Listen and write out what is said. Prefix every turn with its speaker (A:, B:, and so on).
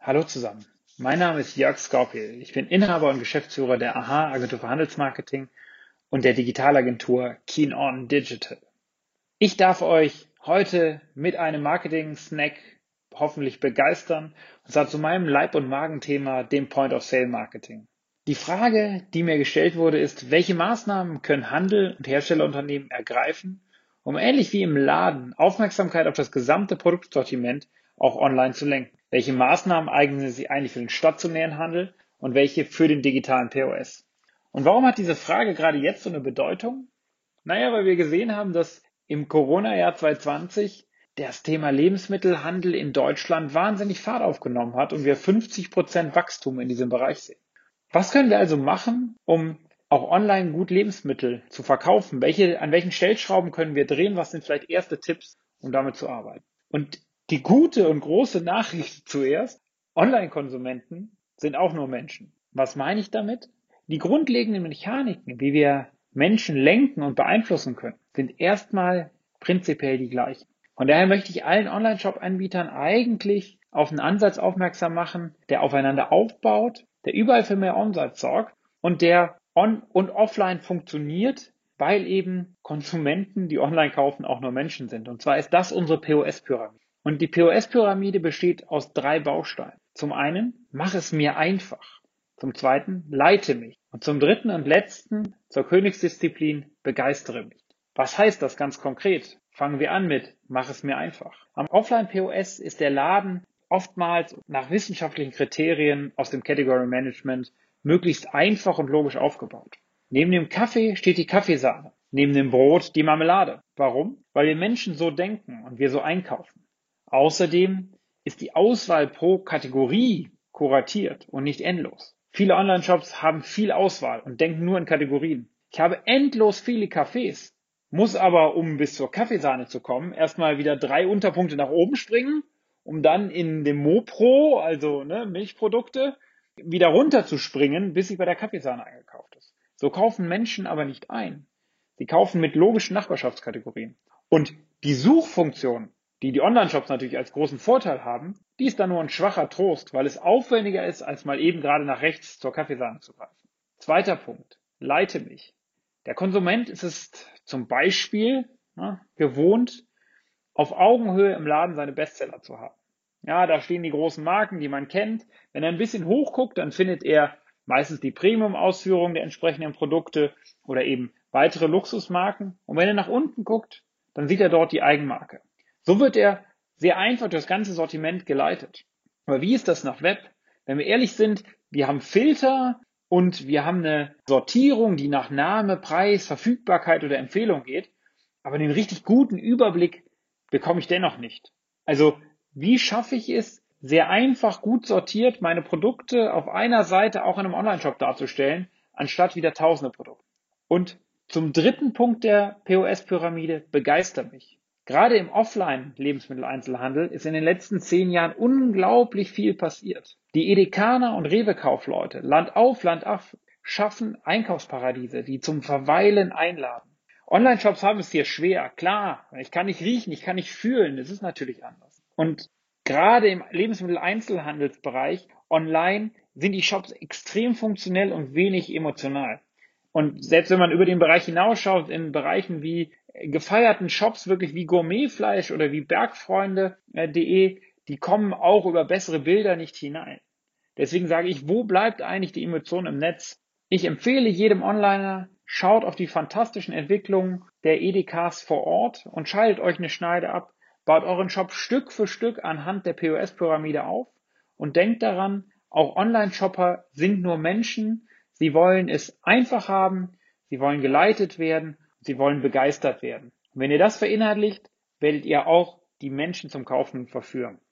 A: Hallo zusammen, mein Name ist Jörg Skorpil. Ich bin Inhaber und Geschäftsführer der AHA Agentur für Handelsmarketing und der Digitalagentur Keen On Digital. Ich darf euch heute mit einem Marketing-Snack hoffentlich begeistern, und zwar zu meinem Leib- und Magenthema, dem Point-of-Sale-Marketing. Die Frage, die mir gestellt wurde, ist, welche Maßnahmen können Handel und Herstellerunternehmen ergreifen, um ähnlich wie im Laden Aufmerksamkeit auf das gesamte Produktsortiment auch online zu lenken? Welche Maßnahmen eignen sich eigentlich für den stationären Handel und welche für den digitalen POS? Und warum hat diese Frage gerade jetzt so eine Bedeutung? Naja, weil wir gesehen haben, dass im Corona-Jahr 2020 das Thema Lebensmittelhandel in Deutschland wahnsinnig Fahrt aufgenommen hat und wir 50% Wachstum in diesem Bereich sehen. Was können wir also machen, um auch online gut Lebensmittel zu verkaufen? An welchen Stellschrauben können wir drehen? Was sind vielleicht erste Tipps, um damit zu arbeiten? Und die gute und große Nachricht zuerst: Online-Konsumenten sind auch nur Menschen. Was meine ich damit? Die grundlegenden Mechaniken, wie wir Menschen lenken und beeinflussen können, sind erstmal prinzipiell die gleichen. Von daher möchte ich allen Online-Shop-Anbietern eigentlich auf einen Ansatz aufmerksam machen, der aufeinander aufbaut, der überall für mehr Umsatz sorgt und der on- und offline funktioniert, weil eben Konsumenten, die online kaufen, auch nur Menschen sind. Und zwar ist das unsere POS-Pyramide. Und die POS-Pyramide besteht aus 3 Bausteinen. Zum einen, mach es mir einfach. Zum zweiten, leite mich. Und zum dritten und letzten, zur Königsdisziplin, begeistere mich. Was heißt das ganz konkret? Fangen wir an mit, mach es mir einfach. Am Offline-POS ist der Laden oftmals nach wissenschaftlichen Kriterien aus dem Category Management möglichst einfach und logisch aufgebaut. Neben dem Kaffee steht die Kaffeesahne, neben dem Brot die Marmelade. Warum? Weil wir Menschen so denken und wir so einkaufen. Außerdem ist die Auswahl pro Kategorie kuratiert und nicht endlos. Viele Online-Shops haben viel Auswahl und denken nur in Kategorien. Ich habe endlos viele Cafés, muss aber, um bis zur Kaffeesahne zu kommen, erstmal wieder 3 Unterpunkte nach oben springen, um dann in dem Mopro, also Milchprodukte, wieder runterzuspringen, bis ich bei der Kaffeesahne eingekauft ist. So kaufen Menschen aber nicht ein. Sie kaufen mit logischen Nachbarschaftskategorien. Und die Suchfunktion, die die Online-Shops natürlich als großen Vorteil haben, die ist dann nur ein schwacher Trost, weil es aufwendiger ist, als mal eben gerade nach rechts zur Kaffeesahne zu greifen. Zweiter Punkt, leite mich. Der Konsument ist es zum Beispiel gewohnt, auf Augenhöhe im Laden seine Bestseller zu haben. Ja, da stehen die großen Marken, die man kennt. Wenn er ein bisschen hochguckt, dann findet er meistens die Premium-Ausführung der entsprechenden Produkte oder eben weitere Luxusmarken. Und wenn er nach unten guckt, dann sieht er dort die Eigenmarke. So wird er sehr einfach durch das ganze Sortiment geleitet. Aber wie ist das nach Web? Wenn wir ehrlich sind, wir haben Filter und wir haben eine Sortierung, die nach Name, Preis, Verfügbarkeit oder Empfehlung geht. Aber den richtig guten Überblick bekomme ich dennoch nicht. Also, wie schaffe ich es, sehr einfach, gut sortiert meine Produkte auf einer Seite auch in einem Online-Shop darzustellen, anstatt wieder tausende Produkte? Und zum dritten Punkt der POS-Pyramide, begeister mich. Gerade im Offline-Lebensmitteleinzelhandel ist in den letzten 10 Jahren unglaublich viel passiert. Die Edekaner und Rewe-Kaufleute, Land auf, Land ab, schaffen Einkaufsparadiese, die zum Verweilen einladen. Online-Shops haben es hier schwer, klar. Ich kann nicht riechen, ich kann nicht fühlen. Es ist natürlich anders. Und gerade im Lebensmitteleinzelhandelsbereich online sind die Shops extrem funktionell und wenig emotional. Und selbst wenn man über den Bereich hinausschaut, in Bereichen wie gefeierten Shops, wirklich wie Gourmetfleisch oder wie Bergfreunde.de, die kommen auch über bessere Bilder nicht hinein. Deswegen sage ich, wo bleibt eigentlich die Emotion im Netz? Ich empfehle jedem Onliner, schaut auf die fantastischen Entwicklungen der EDKs vor Ort und schaltet euch eine Schneide ab, baut euren Shop Stück für Stück anhand der POS-Pyramide auf und denkt daran, auch Online-Shopper sind nur Menschen, sie wollen es einfach haben, sie wollen geleitet werden, sie wollen begeistert werden. Und wenn ihr das verinnerlicht, werdet ihr auch die Menschen zum Kaufen verführen.